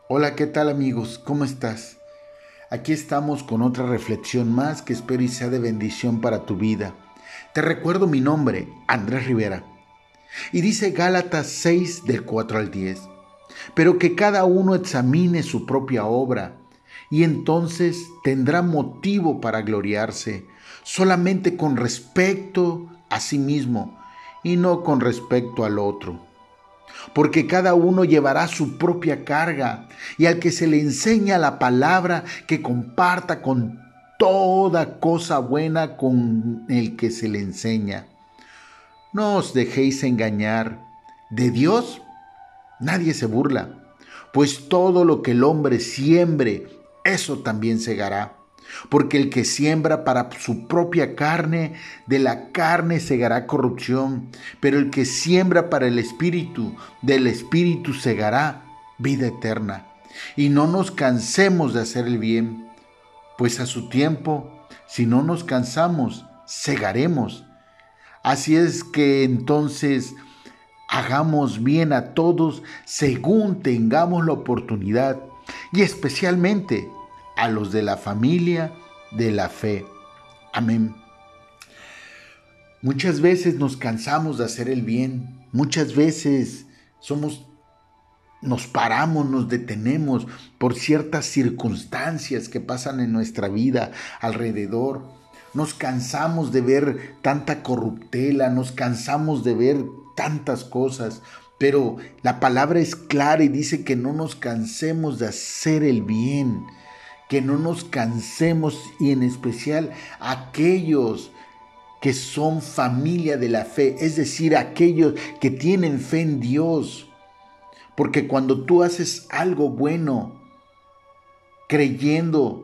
Hola, ¿qué tal amigos? ¿Cómo estás? Aquí estamos con otra reflexión más que espero y sea de bendición para tu vida. Te recuerdo mi nombre, Andrés Rivera. Y dice Gálatas 6 del 4 al 10. Pero que cada uno examine su propia obra y entonces tendrá motivo para gloriarse solamente con respecto a sí mismo y no con respecto al otro. Porque cada uno llevará su propia carga, y al que se le enseña la palabra, que comparta con toda cosa buena con el que se le enseña. No os dejéis engañar. De Dios nadie se burla, pues todo lo que el hombre siembre, eso también segará. Porque el que siembra para su propia carne, de la carne segará corrupción, pero el que siembra para el Espíritu, del Espíritu segará vida eterna. Y no nos cansemos de hacer el bien, pues a su tiempo, si no nos cansamos, segaremos. Así es que entonces hagamos bien a todos según tengamos la oportunidad, y especialmente a los de la familia de la fe. Amén. Muchas veces nos cansamos de hacer el bien, muchas veces nos paramos, nos detenemos por ciertas circunstancias que pasan en nuestra vida alrededor. Nos cansamos de ver tanta corruptela, nos cansamos de ver tantas cosas, pero la palabra es clara y dice que no nos cansemos de hacer el bien, que no nos cansemos, y en especial aquellos que son familia de la fe, es decir, aquellos que tienen fe en Dios. Porque cuando tú haces algo bueno, creyendo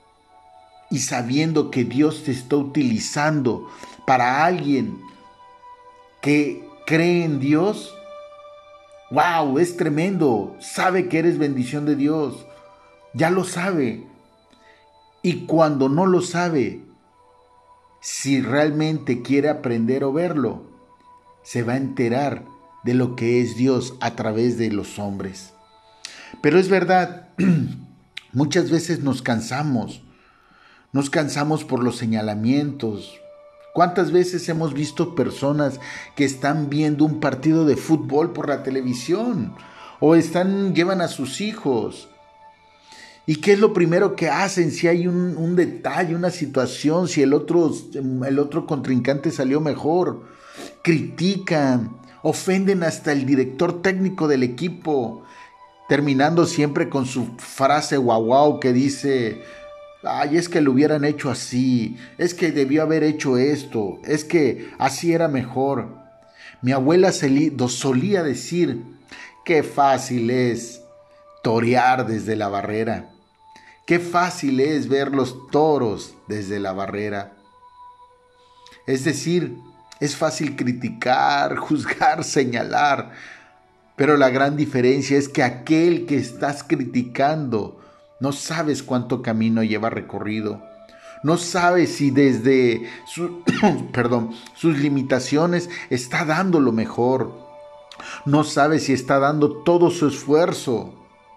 y sabiendo que Dios te está utilizando para alguien que cree en Dios, wow, es tremendo. Sabe que eres bendición de Dios. Ya lo sabe. Y cuando no lo sabe, si realmente quiere aprender o verlo, se va a enterar de lo que es Dios a través de los hombres. Pero es verdad, muchas veces nos cansamos por los señalamientos. ¿Cuántas veces hemos visto personas que están viendo un partido de fútbol por la televisión o llevan a sus hijos? ¿Y qué es lo primero que hacen si hay un detalle, una situación, si el otro contrincante salió mejor? Critican, ofenden hasta el director técnico del equipo, terminando siempre con su frase guau guau que dice: ay, es que lo hubieran hecho así, es que debió haber hecho esto, es que así era mejor. Mi abuela solía decir: qué fácil es torear desde la barrera, qué fácil es ver los toros desde la barrera. Es decir, es fácil criticar, juzgar, señalar, pero la gran diferencia es que aquel que estás criticando no sabes cuánto camino lleva recorrido. No sabes si desde sus limitaciones está dando lo mejor. No sabes si está dando todo su esfuerzo.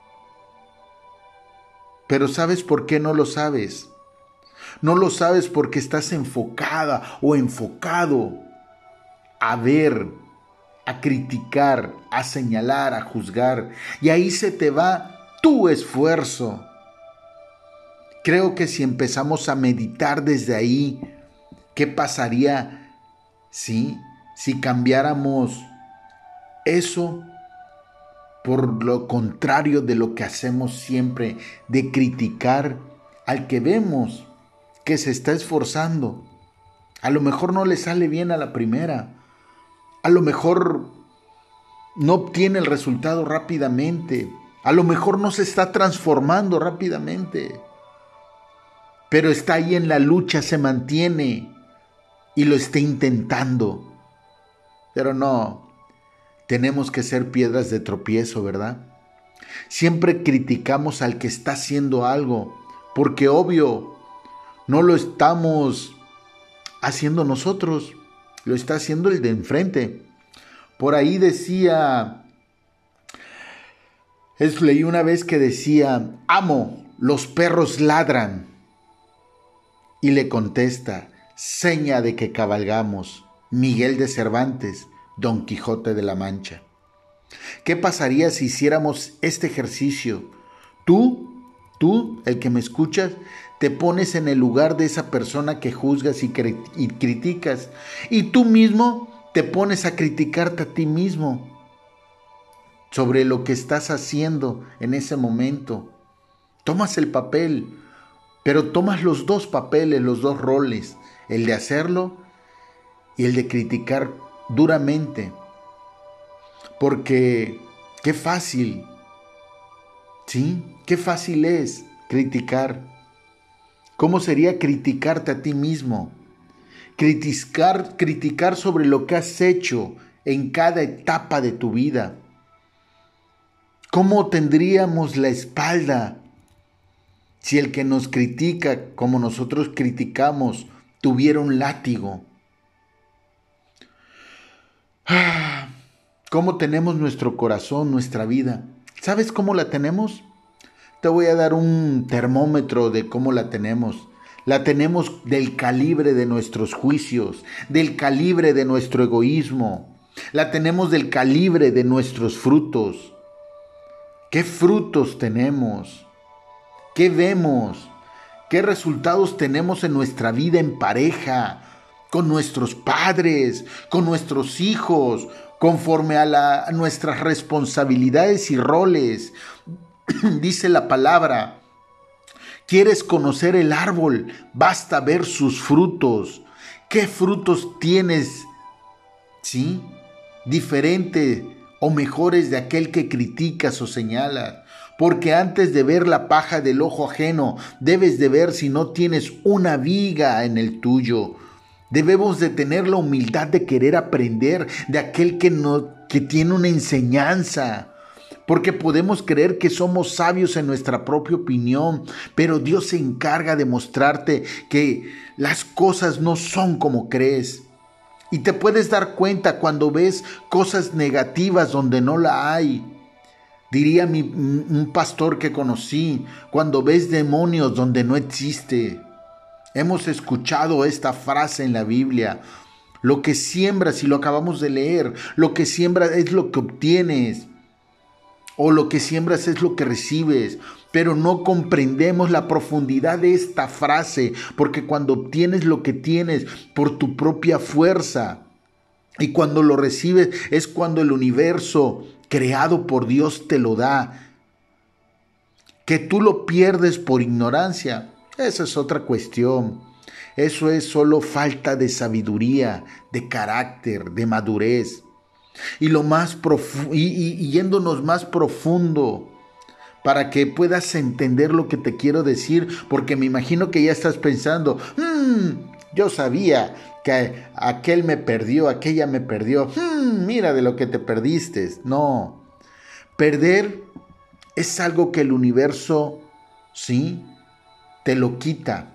Pero ¿sabes por qué no lo sabes? No lo sabes porque estás enfocada o enfocado a ver, a criticar, a señalar, a juzgar. Y ahí se te va tu esfuerzo. Creo que si empezamos a meditar desde ahí, ¿qué pasaría si cambiáramos eso por lo contrario de lo que hacemos siempre, de criticar al que vemos que se está esforzando? A lo mejor no le sale bien a la primera, a lo mejor no obtiene el resultado rápidamente, a lo mejor no se está transformando rápidamente, pero está ahí en la lucha, se mantiene y lo está intentando. Pero no, tenemos que ser piedras de tropiezo, ¿verdad? Siempre criticamos al que está haciendo algo, porque obvio, no lo estamos haciendo nosotros, lo está haciendo el de enfrente. Por ahí decía Leí una vez que decía: amo, los perros ladran. Y le contesta: seña de que cabalgamos, Miguel de Cervantes, Don Quijote de la Mancha. ¿Qué pasaría si hiciéramos este ejercicio? Tú, el que me escuchas, te pones en el lugar de esa persona que juzgas y criticas, y tú mismo te pones a criticarte a ti mismo sobre lo que estás haciendo en ese momento. Tomas el papel, pero tomas los dos papeles, los dos roles, el de hacerlo y el de criticar duramente. Porque qué fácil, ¿sí? Qué fácil es criticar. ¿Cómo sería criticarte a ti mismo? Criticar sobre lo que has hecho en cada etapa de tu vida. ¿Cómo tendríamos la espalda si el que nos critica, como nosotros criticamos, tuviera un látigo? ¿Cómo tenemos nuestro corazón, nuestra vida? ¿Sabes cómo la tenemos? Te voy a dar un termómetro de cómo la tenemos. La tenemos del calibre de nuestros juicios, del calibre de nuestro egoísmo. La tenemos del calibre de nuestros frutos. ¿Qué frutos tenemos? ¿Qué vemos? ¿Qué resultados tenemos en nuestra vida en pareja, con nuestros padres, con nuestros hijos, conforme a nuestras responsabilidades y roles? Dice la palabra: ¿quieres conocer el árbol? Basta ver sus frutos. ¿Qué frutos tienes? ¿Sí? Diferente o mejores de aquel que criticas o señalas. Porque antes de ver la paja del ojo ajeno, debes de ver si no tienes una viga en el tuyo. Debemos de tener la humildad de querer aprender de aquel que tiene una enseñanza. Porque podemos creer que somos sabios en nuestra propia opinión, pero Dios se encarga de mostrarte que las cosas no son como crees. Y te puedes dar cuenta cuando ves cosas negativas donde no la hay. Diría un pastor que conocí: cuando ves demonios donde no existe. Hemos escuchado esta frase en la Biblia: lo que siembras, y lo acabamos de leer, lo que siembras es lo que obtienes, o lo que siembras es lo que recibes. Pero no comprendemos la profundidad de esta frase, porque cuando obtienes lo que tienes por tu propia fuerza, y cuando lo recibes es cuando el universo creado por Dios te lo da. Que tú lo pierdes por ignorancia, esa es otra cuestión. Eso es solo falta de sabiduría, de carácter, de madurez. Y yéndonos más profundo, para que puedas entender lo que te quiero decir, porque me imagino que ya estás pensando: yo sabía que aquel me perdió, aquella me perdió. Mira de lo que te perdiste. No, perder es algo que el universo, sí, te lo quita.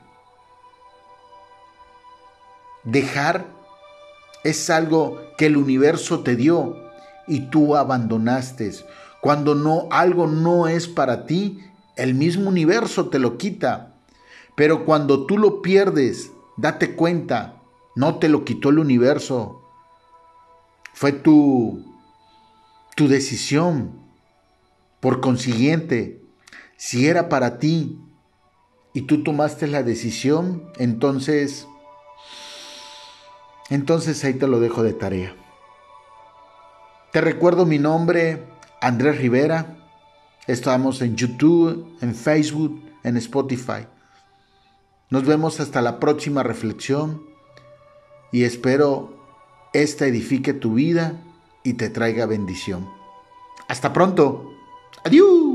Dejar es algo que el universo te dio y tú abandonaste. Cuando algo no es para ti, el mismo universo te lo quita. Pero cuando tú lo pierdes, date cuenta, no te lo quitó el universo. Fue tu decisión. Por consiguiente, si era para ti y tú tomaste la decisión, entonces ahí te lo dejo de tarea. Te recuerdo mi nombre, Andrés Rivera. Estamos en YouTube, en Facebook, en Spotify. Nos vemos hasta la próxima reflexión y espero esta edifique tu vida y te traiga bendición. Hasta pronto. Adiós.